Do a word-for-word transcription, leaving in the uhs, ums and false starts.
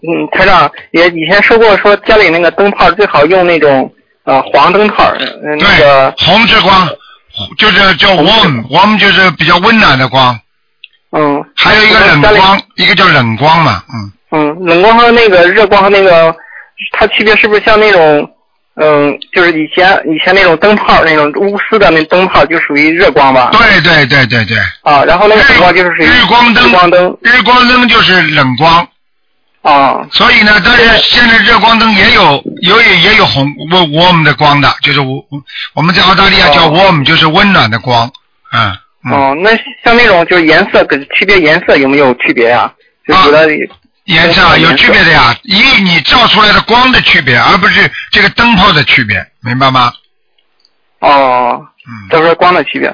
嗯，台长也以前说过，说家里那个灯泡最好用那种呃黄灯泡，呃那个红之光，就是叫 warm，warm 就是比较温暖的光。 嗯。 还有一个冷光，一个叫冷光嘛，嗯。 嗯，冷光和那个热光和那个，它区别是不是像那种，嗯，就是以前以前那种灯泡那种钨丝的那灯泡就属于热光吧？ 对对对对对。 啊，然后那个冷光就是属于日光灯， 日光灯， 日光灯就是冷光。 啊。 所以呢，但是现在热光灯也有有也也有红 warm 的光的，就是我我们在澳大利亚叫 warm，、哦、就是温暖的光，嗯。嗯哦，那像那种就是颜色，跟区别颜色有没有区别呀、啊？就觉得、啊、 颜色有区别的呀，因为你照出来的光的区别，而不是这个灯泡的区别，明白吗？ 哦，嗯，都是光的区别。